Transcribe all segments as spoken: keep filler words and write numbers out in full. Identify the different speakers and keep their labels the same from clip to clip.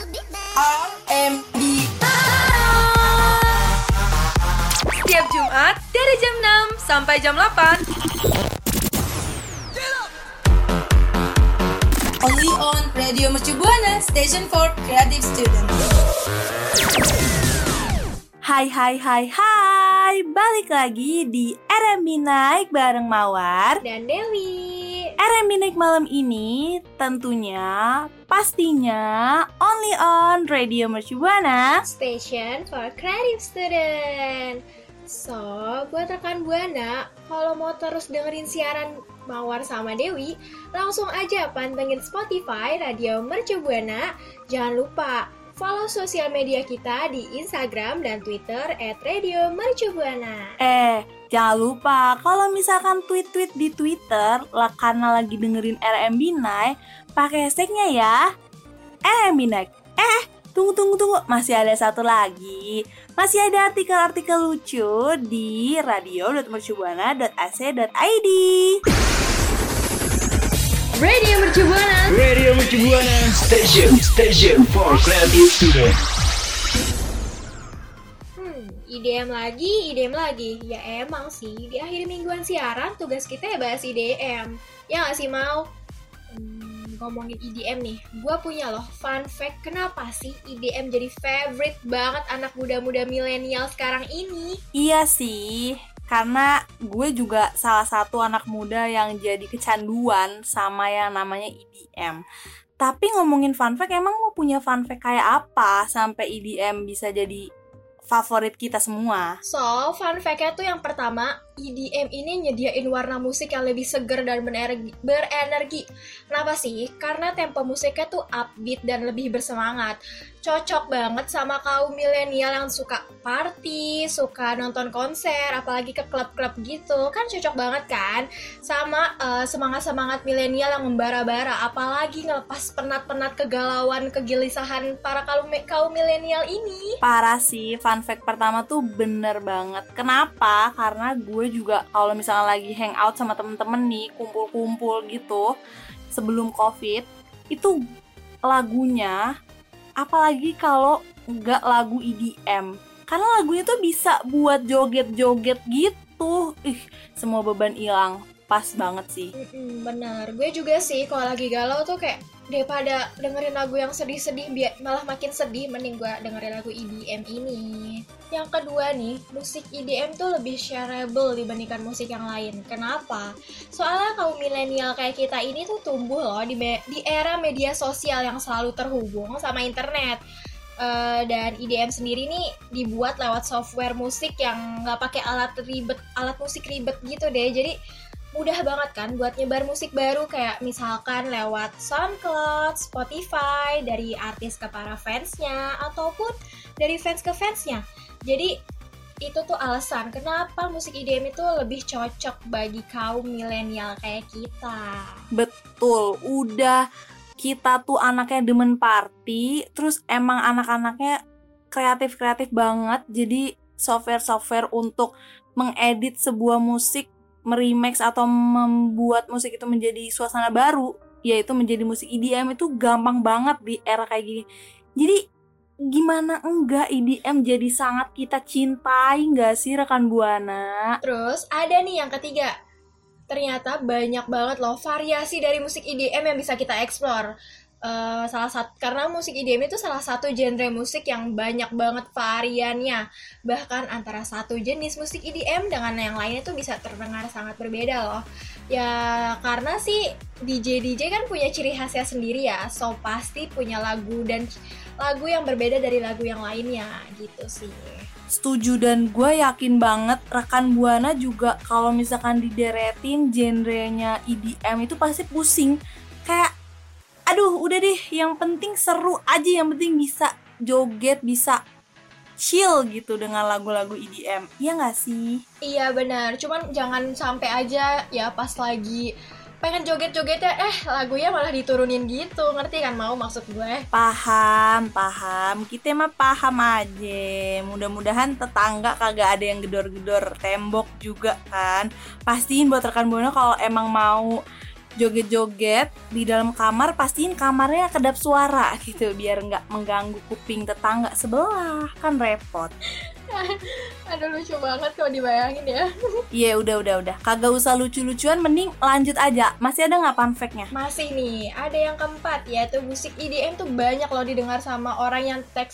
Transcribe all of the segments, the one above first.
Speaker 1: R M D.
Speaker 2: Setiap Jumat dari jam enam sampai jam delapan.
Speaker 1: Only on Radio Mercu Buana, Station for Creative Students.
Speaker 3: Hai hai hai hai, balik lagi di R M B Naik bareng Mawar
Speaker 4: dan Dewi.
Speaker 3: R M B Naik malam ini tentunya, pastinya only on Radio Mercu Buana,
Speaker 4: Station for Creative Student. So, buat rekan Buana, kalau mau terus dengerin siaran Mawar sama Dewi, langsung aja pantengin Spotify Radio Mercu Buana. Jangan lupa follow sosial media kita di Instagram dan Twitter at Radio Mercu Buana.
Speaker 3: Eh, jangan lupa kalau misalkan tweet-tweet di Twitter lah karena lagi dengerin R M B Naik, pakai hashtagnya ya R M B Naik. Eh, tunggu tunggu tunggu, masih ada satu lagi. Masih ada artikel-artikel lucu di radio dot mercubuana dot a c dot i d.
Speaker 4: Radio Mercu Buana.
Speaker 5: Radio Mercu Buana. Station, station for creative students.
Speaker 4: Hmm, I D M lagi, I D M lagi. Ya emang sih, di akhir mingguan siaran tugas kita ya bahas I D M. Ya nggak sih, Mau? Hmm, ngomongin I D M nih, gue punya loh fun fact kenapa sih I D M jadi favorite banget anak muda-muda milenial sekarang ini.
Speaker 3: Iya sih, karena gue juga salah satu anak muda yang jadi kecanduan sama yang namanya I D M. Tapi ngomongin fun fact, emang lo punya fun fact kayak apa sampai I D M bisa jadi favorit kita semua?
Speaker 4: So, fun fact-nya tuh yang pertama, I D M ini nyediain warna musik yang lebih seger dan berenergi. berenergi. Kenapa sih? Karena tempo musiknya tuh upbeat dan lebih bersemangat. Cocok banget sama kaum milenial yang suka party, suka nonton konser, apalagi ke klub-klub gitu. Kan cocok banget kan? Sama uh, semangat-semangat milenial yang membara-bara, apalagi ngelepas penat-penat kegalauan, kegelisahan para kaum, kaum milenial ini.
Speaker 3: Parah sih, fun fact pertama tuh bener banget. Kenapa? Karena gue juga kalau misalnya lagi hangout sama temen-temen nih, kumpul-kumpul gitu sebelum COVID, itu lagunya, apalagi kalau nggak lagu I D M, karena lagunya tuh bisa buat joget-joget gitu. Ih, semua beban hilang. Pas banget sih.
Speaker 4: Mm-mm, bener, gue juga sih kalau lagi galau tuh kayak daripada dengerin lagu yang sedih-sedih biar malah makin sedih, mending gue dengerin lagu I D M ini. Yang kedua nih, musik I D M tuh lebih shareable dibandingkan musik yang lain. Kenapa? Soalnya kaum milenial kayak kita ini tuh tumbuh loh di, me- di era media sosial yang selalu terhubung sama internet. Uh, dan I D M sendiri nih dibuat lewat software musik yang nggak pakai alat ribet, alat musik ribet gitu deh. Jadi mudah banget kan buat nyebar musik baru, kayak misalkan lewat SoundCloud, Spotify, dari artis ke para fansnya, ataupun dari fans ke fansnya. Jadi itu tuh alasan kenapa musik I D M itu lebih cocok bagi kaum milenial kayak kita.
Speaker 3: Betul, udah kita tuh anaknya demen party, terus emang anak-anaknya kreatif-kreatif banget. Jadi software-software untuk mengedit sebuah musik, meremix atau membuat musik itu menjadi suasana baru, yaitu menjadi musik I D M, itu gampang banget di era kayak gini. Jadi gimana enggak I D M jadi sangat kita cintai nggak sih rekan Buana?
Speaker 4: Terus ada nih yang ketiga, ternyata banyak banget loh variasi dari musik I D M yang bisa kita explore. Uh, salah satu karena musik I D M itu salah satu genre musik yang banyak banget variannya. Bahkan antara satu jenis musik I D M dengan yang lainnya tuh bisa terdengar sangat berbeda loh. Ya karena sih D J-D J kan punya ciri khasnya sendiri ya. So pasti punya lagu dan lagu yang berbeda dari lagu yang lainnya gitu sih.
Speaker 3: Setuju, dan gue yakin banget rekan Buana juga kalau misalkan dideretin genrenya I D M itu pasti pusing. Kayak aduh udah deh, yang penting seru aja, yang penting bisa joget, bisa chill gitu dengan lagu-lagu I D M. Iya gak sih?
Speaker 4: Iya benar, cuman jangan sampai aja ya pas lagi pengen joget-jogetnya eh lagunya malah diturunin gitu, ngerti kan Mau maksud gue?
Speaker 3: Paham, paham, kita mah paham aja. Mudah-mudahan tetangga kagak ada yang gedor-gedor tembok juga kan. Pastiin buat rekan Buana kalau emang mau joget-joget di dalam kamar, pastiin kamarnya kedap suara gitu biar nggak mengganggu kuping tetangga sebelah, kan repot.
Speaker 4: Aduh lucu banget kalau dibayangin ya.
Speaker 3: Iya udah udah udah, kagak usah lucu-lucuan, mending lanjut aja. Masih ada nggak fun fact-nya?
Speaker 4: Masih nih, ada yang keempat yaitu musik E D M tuh banyak loh didengar sama orang yang tech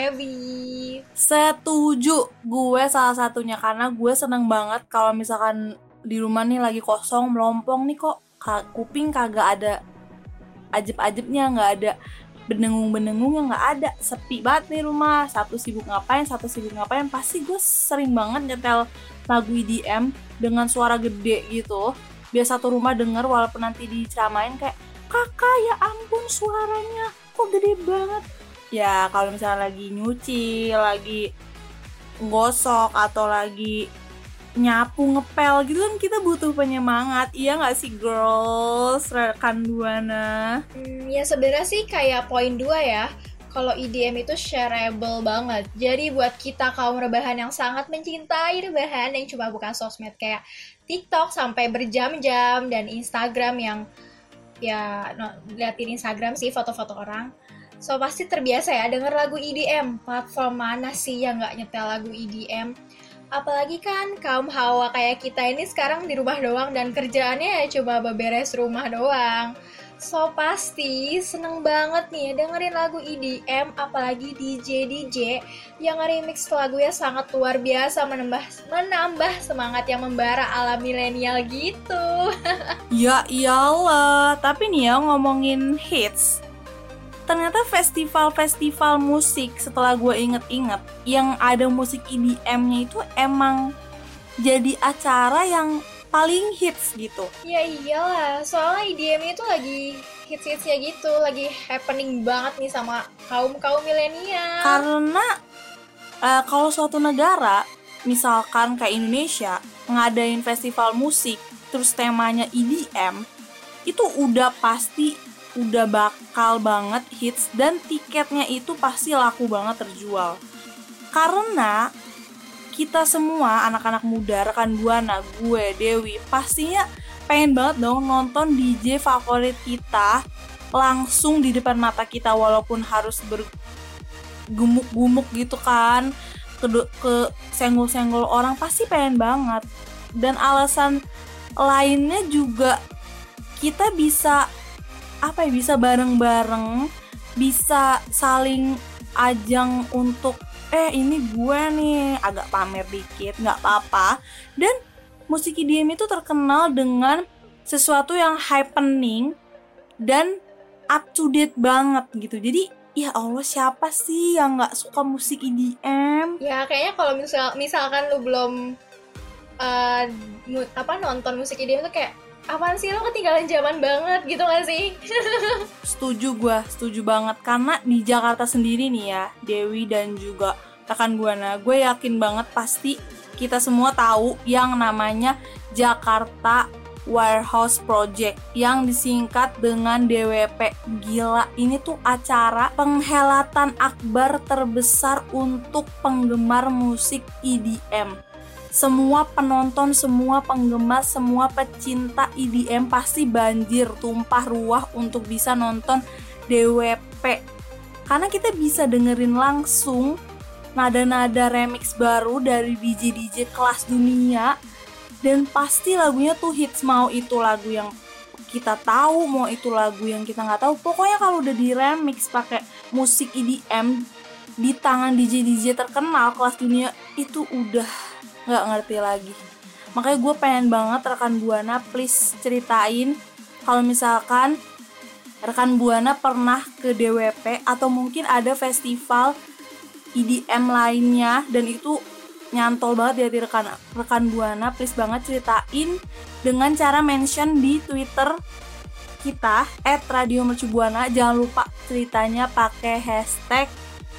Speaker 4: savvy.
Speaker 3: Setuju, gue salah satunya karena gue seneng banget kalau misalkan di rumah nih lagi kosong melompong nih kok kuping kagak ada ajeb-ajebnya, nggak ada benengung-benengung yang nggak ada, sepi banget nih rumah, satu sibuk ngapain, satu sibuk ngapain, pasti gue sering banget nyetel lagu E D M dengan suara gede gitu, biar satu rumah denger walaupun nanti diceramain kayak, kakak ya ampun suaranya kok gede banget. Ya kalau misalnya lagi nyuci, lagi gosok atau lagi nyapu ngepel gitu kan kita butuh penyemangat, iya nggak sih girls, rekan Buana?
Speaker 4: Hmm, ya sebenarnya sih kayak poin dua ya. Kalau E D M itu shareable banget. Jadi buat kita kaum rebahan yang sangat mencintai rebahan yang cuma bukan sosmed kayak TikTok sampai berjam-jam dan Instagram yang ya no, liatin Instagram sih foto-foto orang. So pasti terbiasa ya denger lagu E D M. Platform mana sih yang nggak nyetel lagu E D M? Apalagi kan kaum hawa kayak kita ini sekarang di rumah doang dan kerjaannya ya coba beberes rumah doang. So pasti seneng banget nih dengerin lagu E D M, apalagi D J D J yang remix lagunya sangat luar biasa, menambah menambah semangat yang membara ala milenial gitu.
Speaker 3: Ya iyalah, tapi nih ya ngomongin hits, ternyata festival-festival musik setelah gue inget-inget yang ada musik E D M-nya itu emang jadi acara yang paling hits gitu.
Speaker 4: Ya iyalah, soalnya E D M itu lagi hits-hitsnya gitu, lagi happening banget nih sama kaum-kaum milenial.
Speaker 3: Karena uh, kalau suatu negara, misalkan kayak Indonesia, ngadain festival musik, terus temanya E D M, itu udah pasti udah bakal banget hits dan tiketnya itu pasti laku banget terjual. Karena kita semua anak-anak muda, rekan Buana, gue, Dewi, pastinya pengen banget dong nonton D J favorit kita langsung di depan mata kita walaupun harus bergumuk-gumuk gitu kan, ke, ke senggol-senggol orang, pasti pengen banget. Dan alasan lainnya juga kita bisa apa ya, bisa bareng-bareng, bisa saling ajang untuk eh ini gue nih, agak pamer dikit, gak apa-apa. Dan musik E D M itu terkenal dengan sesuatu yang happening dan up to date banget gitu. Jadi ya Allah, siapa sih yang gak suka musik E D M?
Speaker 4: Ya kayaknya kalau misal misalkan lu belum uh, mu- apa nonton musik E D M tuh kayak apaan sih, lo ketinggalan zaman banget gitu gak sih?
Speaker 3: Setuju gue, setuju banget. Karena di Jakarta sendiri nih ya, Dewi dan juga rekan Buana, gue yakin banget pasti kita semua tahu yang namanya Jakarta Warehouse Project yang disingkat dengan D W P. Gila, ini tuh acara penghelatan akbar terbesar untuk penggemar musik E D M. Semua penonton, semua penggemar, semua pecinta E D M pasti banjir tumpah ruah untuk bisa nonton D W P. Karena kita bisa dengerin langsung nada-nada remix baru dari D J D J kelas dunia. Dan pasti lagunya tuh hits, mau itu lagu yang kita tahu, mau itu lagu yang kita nggak tahu. Pokoknya kalau udah di remix pakai musik E D M di tangan D J D J terkenal kelas dunia, itu udah nggak ngerti lagi. Makanya gue pengen banget rekan Buana please ceritain kalau misalkan rekan Buana pernah ke D W P atau mungkin ada festival E D M lainnya dan itu nyantol banget di hati rekan rekan Buana. Please banget ceritain dengan cara mention di Twitter kita et radio mercubuana. Jangan lupa ceritanya pakai hashtag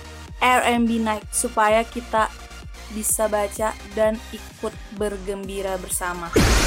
Speaker 3: R M B Night supaya kita bisa baca dan ikut bergembira bersama.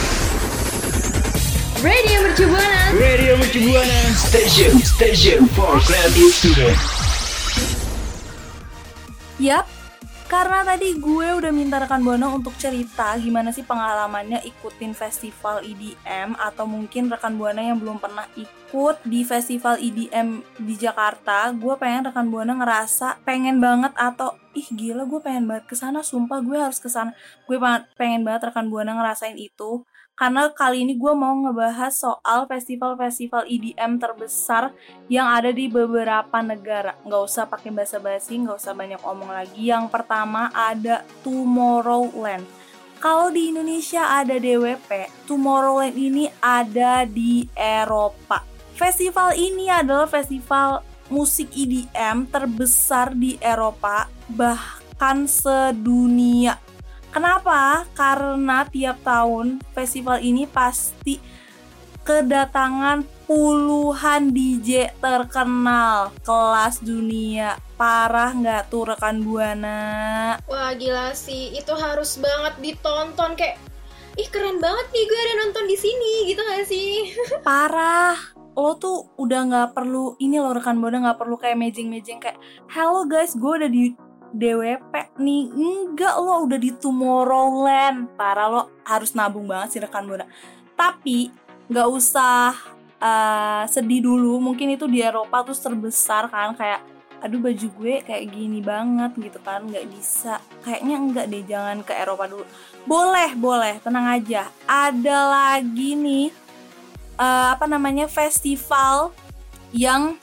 Speaker 2: Radio Mercu Buana.
Speaker 5: Radio Mercu Buana. Station, station for creative students.
Speaker 3: Yap, Karena tadi gue udah minta rekan Buana untuk cerita gimana sih pengalamannya ikutin festival E D M, atau mungkin rekan Buana yang belum pernah ikut di festival E D M di Jakarta, gue pengen rekan Buana ngerasa pengen banget atau ih gila gue pengen banget kesana, sumpah gue harus kesana. Gue pengen banget rekan Buana ngerasain itu. Karena kali ini gue mau ngebahas soal festival-festival E D M terbesar yang ada di beberapa negara. Nggak usah pakai basa-basi, nggak usah banyak omong lagi. Yang pertama ada Tomorrowland. Kalau di Indonesia ada D W P, Tomorrowland ini ada di Eropa. Festival ini adalah festival musik E D M terbesar di Eropa, bahkan sedunia. Kenapa? Karena tiap tahun festival ini pasti kedatangan puluhan D J terkenal kelas dunia. Parah nggak tuh rekan Buana?
Speaker 4: Wah gila sih, itu harus banget ditonton. Kayak, ih keren banget nih gue ada nonton di sini, gitu nggak sih?
Speaker 3: Parah. Lo tuh udah nggak perlu ini lo rekan Buana, nggak perlu kayak mejeng-mejeng kayak, hello guys, gue udah di D W P nih. Enggak, lo udah di Tomorrowland. Parah, lo harus nabung banget sih rekan Buana. Tapi gak usah uh, sedih dulu. Mungkin itu di Eropa terus terbesar kan. Kayak aduh baju gue kayak gini banget gitu kan. Gak bisa. Kayaknya enggak deh, jangan ke Eropa dulu. Boleh, boleh, tenang aja. Ada lagi nih uh, Apa namanya festival yang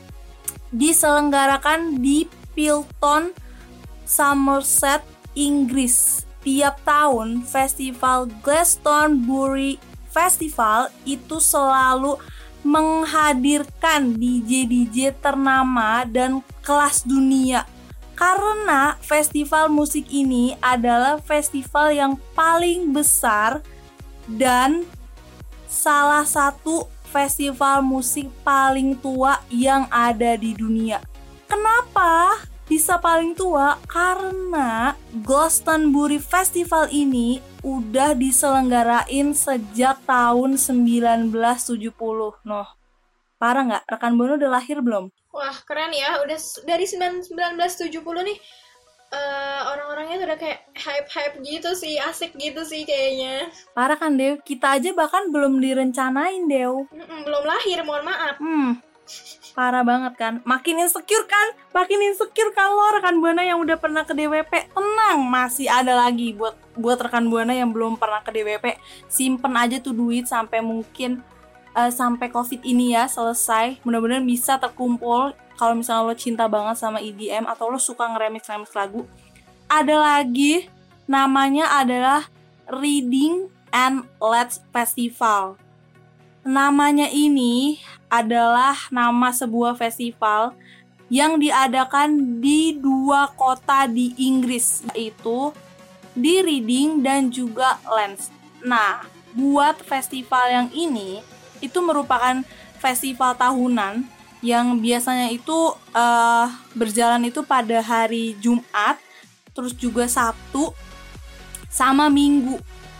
Speaker 3: diselenggarakan di Pilton, Somerset, Inggris. Tiap tahun festival Glastonbury Festival itu selalu menghadirkan D J-D J ternama dan kelas dunia. Karena festival musik ini adalah festival yang paling besar dan salah satu festival musik paling tua yang ada di dunia. Kenapa bisa paling tua? Karena Glastonbury Festival ini udah diselenggarain sejak tahun sembilan belas tujuh puluh. Noh, parah nggak? Rekan Buana udah lahir belum?
Speaker 4: Wah keren ya, udah dari sembilan belas tujuh puluh nih. Uh, orang-orangnya udah kayak hype-hype gitu sih, asik gitu sih kayaknya.
Speaker 3: Parah kan Dew? Kita aja bahkan belum direncanain Dew.
Speaker 4: Mm-mm, belum lahir, mohon maaf.
Speaker 3: Hmm, parah banget kan? Makin insecure kan? Makin insecure kalau rekan Buana yang udah pernah ke D W P. Tenang, masih ada lagi buat buat rekan Buana yang belum pernah ke D W P. Simpen aja tuh duit sampai mungkin uh, sampai Covid ini ya selesai. Mudah-mudahan bisa terkumpul. Kalau misalnya lo cinta banget sama E D M atau lo suka ngeremix-remix lagu. Ada lagi namanya adalah Reading and Let's Festival. Namanya ini adalah nama sebuah festival yang diadakan di dua kota di Inggris, yaitu di Reading dan juga Lens. Nah, buat festival yang ini itu merupakan festival tahunan yang biasanya itu uh, berjalan itu pada hari Jumat, terus juga Sabtu sama Minggu.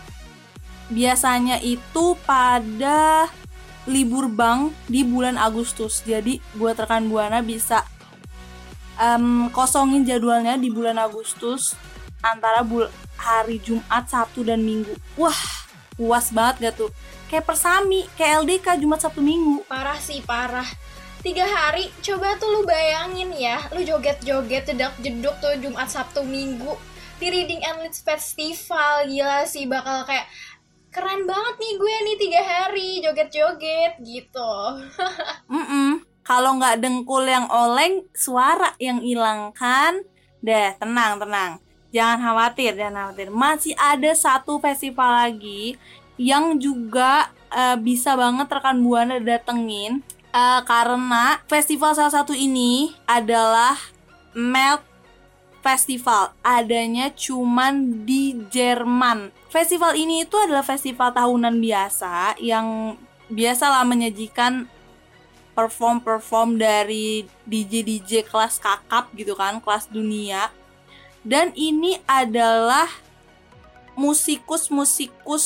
Speaker 3: Biasanya itu pada libur bank di bulan Agustus. Jadi buat rekan Buana bisa um, kosongin jadwalnya di bulan Agustus antara bul- hari Jumat, Sabtu, dan Minggu. Wah, puas banget gak tuh? Kayak Persami, kayak L D K Jumat, Sabtu, Minggu.
Speaker 4: Parah sih, parah. Tiga hari, coba tuh lu bayangin ya, lu joget-joget, jedak-jeduk tuh Jumat, Sabtu, Minggu di Reading and Leeds Festival. Gila sih, bakal kayak keren banget nih gue nih tiga hari joget-joget gitu.
Speaker 3: Mm-mm. Kalau nggak dengkul yang oleng, suara yang hilang kan? Deh, tenang, tenang. Jangan khawatir, jangan khawatir. Masih ada satu festival lagi yang juga uh, bisa banget rekan Buana datengin. Uh, karena festival salah satu ini adalah Melt Festival, adanya cuman di Jerman. Festival ini itu adalah festival tahunan biasa yang biasalah menyajikan perform-perform dari D J-D J kelas kakap gitu kan, kelas dunia. Dan ini adalah musikus-musikus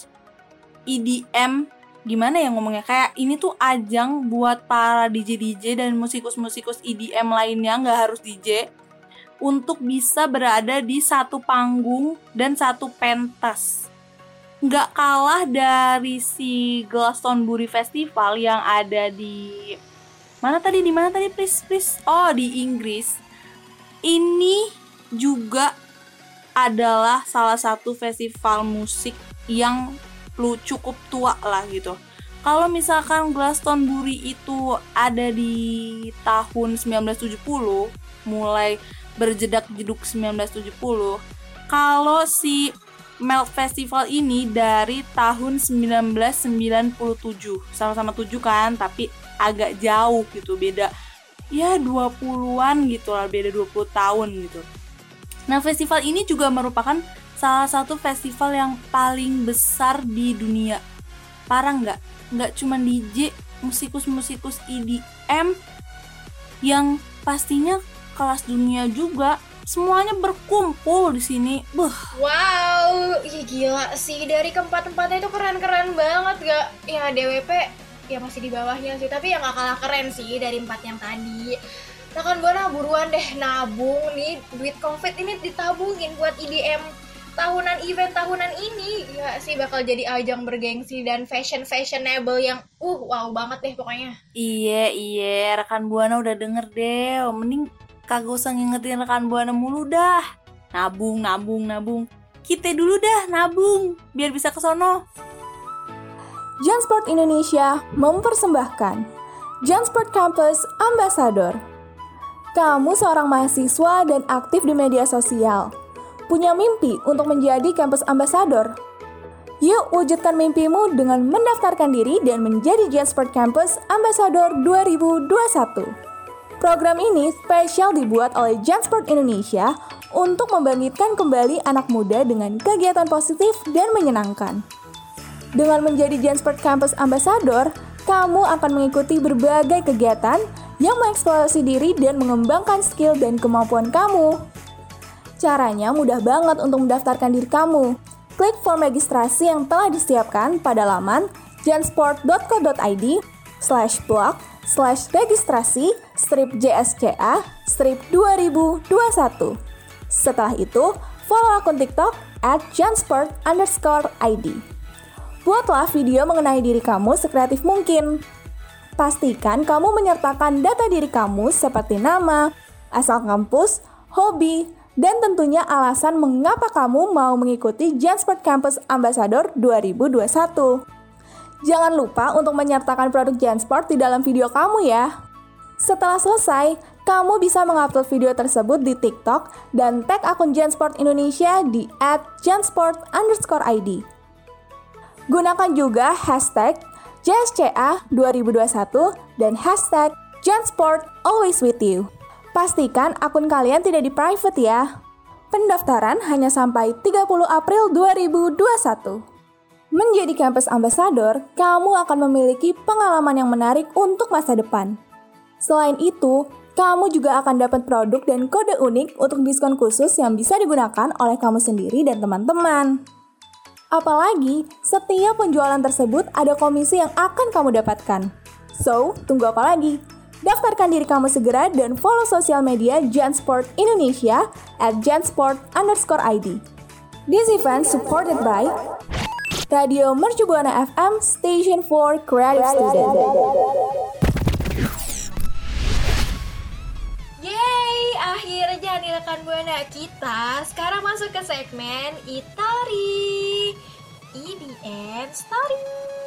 Speaker 3: E D M, gimana ya ngomongnya, kayak ini tuh ajang buat para D J-D J dan musikus-musikus E D M lainnya, gak harus D J, untuk bisa berada di satu panggung dan satu pentas. Nggak kalah dari si Glastonbury Festival yang ada di mana tadi? Di mana tadi, please, please? Oh, di Inggris. Ini juga adalah salah satu festival musik yang lu cukup tua lah gitu. Kalau misalkan Glastonbury itu ada di tahun sembilan belas tujuh puluh, mulai berjedak-jeduk sembilan belas tujuh puluh. Kalau si Melt Festival ini dari tahun sembilan belas sembilan puluh tujuh. Sama-sama tujuh kan, tapi agak jauh gitu, beda ya dua puluhan gitu lah, beda dua puluh tahun gitu. Nah, festival ini juga merupakan salah satu festival yang paling besar di dunia. Parah nggak? Nggak cuma D J, musikus-musikus E D M yang pastinya kelas dunia juga, semuanya berkumpul di sini. Buh.
Speaker 4: Wow, ya gila sih, dari keempat-empatnya itu keren-keren banget gak? Ya D W P ya masih di bawahnya sih, tapi yang gak kalah keren sih dari empat yang tadi. Nah kan Buana buruan deh nabung nih, duit COVID ini ditabungin buat E D M tahunan, event tahunan ini. Ya sih bakal jadi ajang bergengsi dan fashion-fashionable yang uh wow banget deh pokoknya.
Speaker 3: Iya, iya, rekan Buana udah denger deh, mending kagak usah ngingetin rekan Buana mulu dah. Nabung, nabung, nabung. Kita dulu dah nabung, biar bisa kesono.
Speaker 6: Jansport Indonesia mempersembahkan Jansport Campus Ambassador. Kamu seorang mahasiswa dan aktif di media sosial. Punya mimpi untuk menjadi Campus Ambassador? Yuk wujudkan mimpimu dengan mendaftarkan diri dan menjadi Jansport Campus Ambassador dua ribu dua puluh satu. Program ini spesial dibuat oleh Jansport Indonesia untuk membangkitkan kembali anak muda dengan kegiatan positif dan menyenangkan. Dengan menjadi Jansport Campus Ambassador, kamu akan mengikuti berbagai kegiatan yang mengeksplorasi diri dan mengembangkan skill dan kemampuan kamu. Caranya mudah banget untuk mendaftarkan diri kamu. Klik form registrasi yang telah disiapkan pada laman jansport dot co dot i d slash blog slash registrasi strip JSCA strip dua ribu dua puluh satu. Setelah itu, follow akun TikTok at jansport underscore id. Buatlah video mengenai diri kamu sekreatif mungkin. Pastikan kamu menyertakan data diri kamu seperti nama, asal kampus, hobi, dan tentunya alasan mengapa kamu mau mengikuti Jansport Campus Ambassador dua ribu dua puluh satu. Jangan lupa untuk menyertakan produk Jansport di dalam video kamu ya. Setelah selesai, kamu bisa mengupload video tersebut di TikTok dan tag akun Jansport Indonesia di at jansport underscore id. Gunakan juga hashtag J S C A dua ribu dua puluh satu dan hashtag Jansport always with you. Pastikan akun kalian tidak di private ya. Pendaftaran hanya sampai tiga puluh April dua ribu dua puluh satu. Menjadi Campus Ambassador, kamu akan memiliki pengalaman yang menarik untuk masa depan. Selain itu, kamu juga akan dapat produk dan kode unik untuk diskon khusus yang bisa digunakan oleh kamu sendiri dan teman-teman. Apalagi, setiap penjualan tersebut ada komisi yang akan kamu dapatkan. So, tunggu apa lagi? Daftarkan diri kamu segera dan follow sosial media Jansport Indonesia at jansport underscore id. This event supported by Radio Mercu Buana F M Station for Creative Student.
Speaker 4: Yeay, akhirnya nih rekan Buana, kita sekarang masuk ke segmen Itori E D M Story.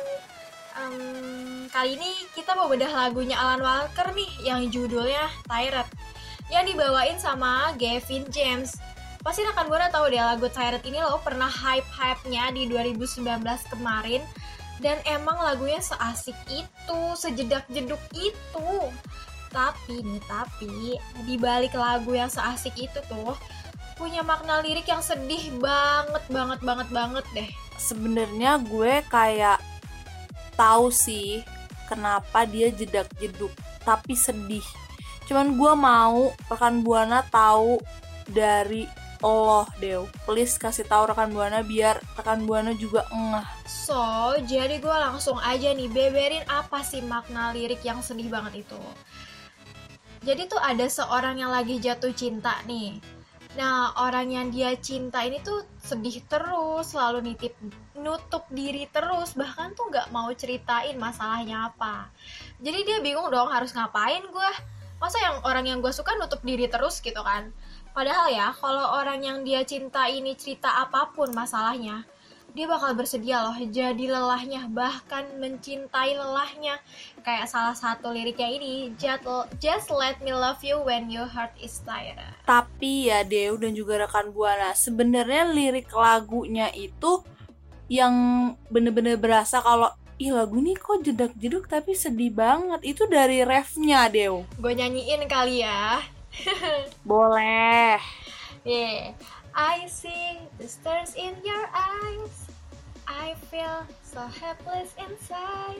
Speaker 4: Um, kali ini kita mau bedah lagunya Alan Walker nih yang judulnya Tired, yang dibawain sama Gavin James. Pasti rekan Buana tahu deh lagu Tired ini loh pernah hype-hype-nya di dua ribu sembilan belas kemarin, dan emang lagunya seasik itu, sejedak-jeduk itu. Tapi nih, tapi di balik lagu yang seasik itu tuh punya makna lirik yang sedih banget banget banget banget deh.
Speaker 3: Sebenarnya gue kayak tahu sih kenapa dia jedak-jeduk, tapi sedih. Cuman gue mau rekan Buana tahu dari lo, Dew. Please kasih tahu rekan Buana biar rekan Buana juga ngeh.
Speaker 4: So, jadi gue langsung aja nih beberin apa sih makna lirik yang sedih banget itu. Jadi tuh ada seorang yang lagi jatuh cinta nih. Nah, orang yang dia cinta ini tuh sedih terus, selalu nitip nutup diri terus, bahkan tuh gak mau ceritain masalahnya apa. Jadi dia bingung dong harus ngapain gue. Masa yang orang yang gue suka nutup diri terus gitu kan. Padahal ya, kalau orang yang dia cinta ini cerita apapun masalahnya, dia bakal bersedia loh jadi lelahnya, bahkan mencintai lelahnya. Kayak salah satu liriknya ini, Just let me love you when your heart is tired.
Speaker 3: Tapi ya Dew dan juga rekan Buana, sebenarnya lirik lagunya itu yang bener-bener berasa kalau ih lagu ini kok jedak-jeduk tapi sedih banget. Itu dari refnya Dew.
Speaker 4: Gue nyanyiin kali ya.
Speaker 3: Boleh.
Speaker 4: Yeah. I see the stars in your eyes. I feel so helpless inside.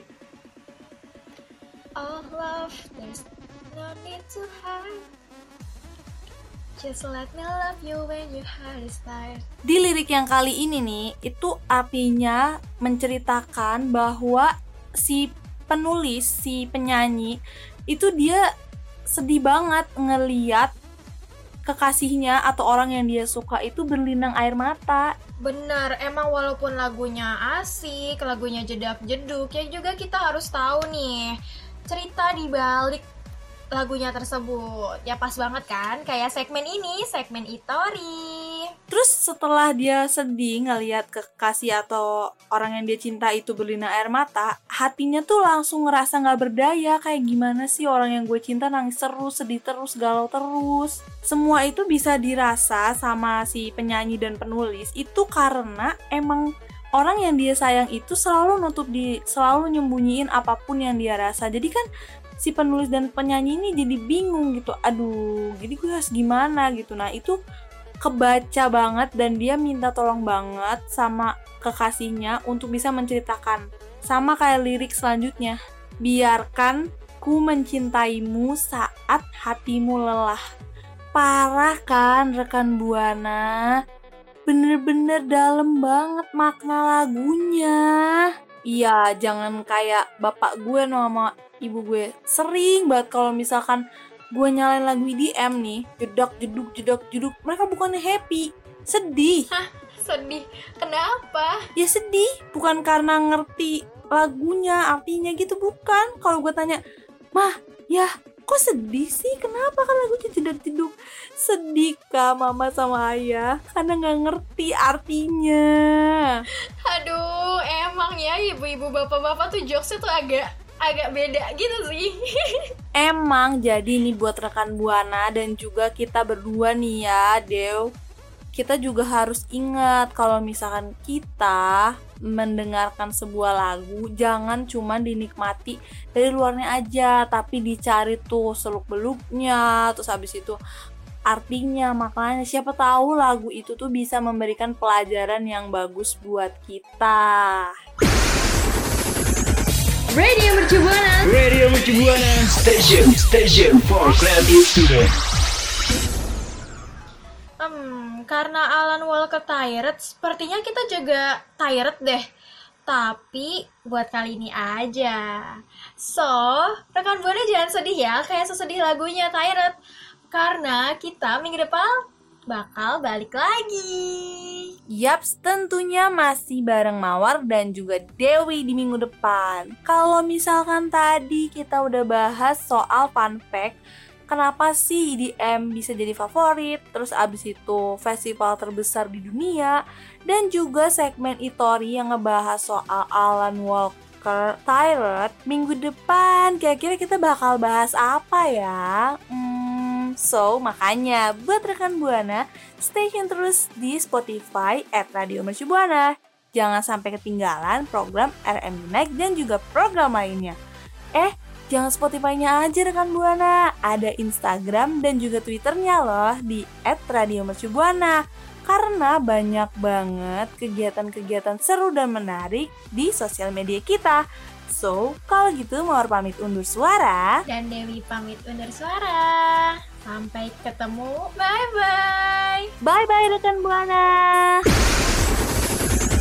Speaker 4: Oh love, there's no need to hide. Just let me love you when your heart is tired.
Speaker 3: Di lirik yang kali ini nih, itu artinya menceritakan bahwa si penulis, si penyanyi, itu dia sedih banget ngeliat kekasihnya atau orang yang dia suka itu berlinang air mata.
Speaker 4: Bener, emang walaupun lagunya asik, lagunya jedak-jeduk, ya juga kita harus tahu nih cerita di balik lagunya tersebut. Ya pas banget kan, kayak segmen ini, segmen Itori.
Speaker 3: Terus setelah dia sedih ngelihat kekasih atau orang yang dia cinta itu berlinang air mata, hatinya tuh langsung ngerasa gak berdaya. Kayak gimana sih orang yang gue cinta nangis terus, sedih terus, galau terus. Semua itu bisa dirasa sama si penyanyi dan penulis itu karena emang orang yang dia sayang itu selalu nutup di, selalu nyembunyiin apapun yang dia rasa. Jadi kan si penulis dan penyanyi ini jadi bingung gitu, aduh jadi gue harus gimana gitu. Nah itu kebaca banget dan dia minta tolong banget sama kekasihnya untuk bisa menceritakan. Sama kayak lirik selanjutnya, biarkan ku mencintaimu saat hatimu lelah. Parah kan rekan Buana, bener-bener dalam banget makna lagunya. Iya, jangan kayak bapak gue sama ibu gue, sering banget kalau misalkan gue nyalain lagu E D M nih, jedak jeduk jedak jeduk, mereka bukannya happy, sedih.
Speaker 4: Hah? Sedih? Kenapa?
Speaker 3: Ya sedih, bukan karena ngerti lagunya, artinya gitu, bukan. Kalau gue tanya, mah, ya kok sedih sih? Kenapa kan lagunya jedak jeduk? Sedih kak mama sama ayah, karena gak ngerti artinya.
Speaker 4: Aduh, emang ya ibu-ibu bapak-bapak tuh jokesnya tuh agak agak beda gitu sih.
Speaker 3: Emang jadi nih buat rekan Buana dan juga kita berdua nih ya Dew, kita juga harus ingat kalau misalkan kita mendengarkan sebuah lagu jangan cuma dinikmati dari luarnya aja, tapi dicari tuh seluk-beluknya, terus habis itu artinya, makanya siapa tahu lagu itu tuh bisa memberikan pelajaran yang bagus buat kita.
Speaker 2: Radio Mercu Buana.
Speaker 5: Radio Mercu Buana. Station, station for creative student.
Speaker 4: Hmm, karena Alan Walker tired, sepertinya kita juga tired deh. Tapi buat kali ini aja. So, rekan Buana jangan sedih ya, kayak sesedih lagunya tired. Karena kita minggu depan bakal balik lagi.
Speaker 3: Yaps, tentunya masih bareng Mawar dan juga Dewi di minggu depan. Kalau misalkan tadi kita udah bahas soal fun fact, kenapa sih E D M bisa jadi favorit, terus abis itu festival terbesar di dunia, dan juga segmen Itori yang ngebahas soal Alan Walker Tired. Minggu depan kira-kira kita bakal bahas apa ya? Hmm, so makanya buat rekan Buana, stay tune terus di Spotify at Radio Mercu Buana. Jangan sampai ketinggalan program R M D Night dan juga program lainnya. Eh, jangan Spotify-nya aja rekan Buana, ada Instagram dan juga Twitternya loh di at Radio Mercu Buana. Karena banyak banget kegiatan-kegiatan seru dan menarik di sosial media kita. So, kalau gitu Mawar pamit undur suara.
Speaker 4: Dan Dewi pamit undur suara. Sampai ketemu, bye-bye.
Speaker 3: Bye-bye rekan Buana.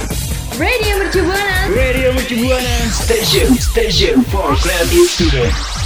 Speaker 2: Radio Mercu Buana.
Speaker 5: Radio Mercu Buana. Station, station for creative student.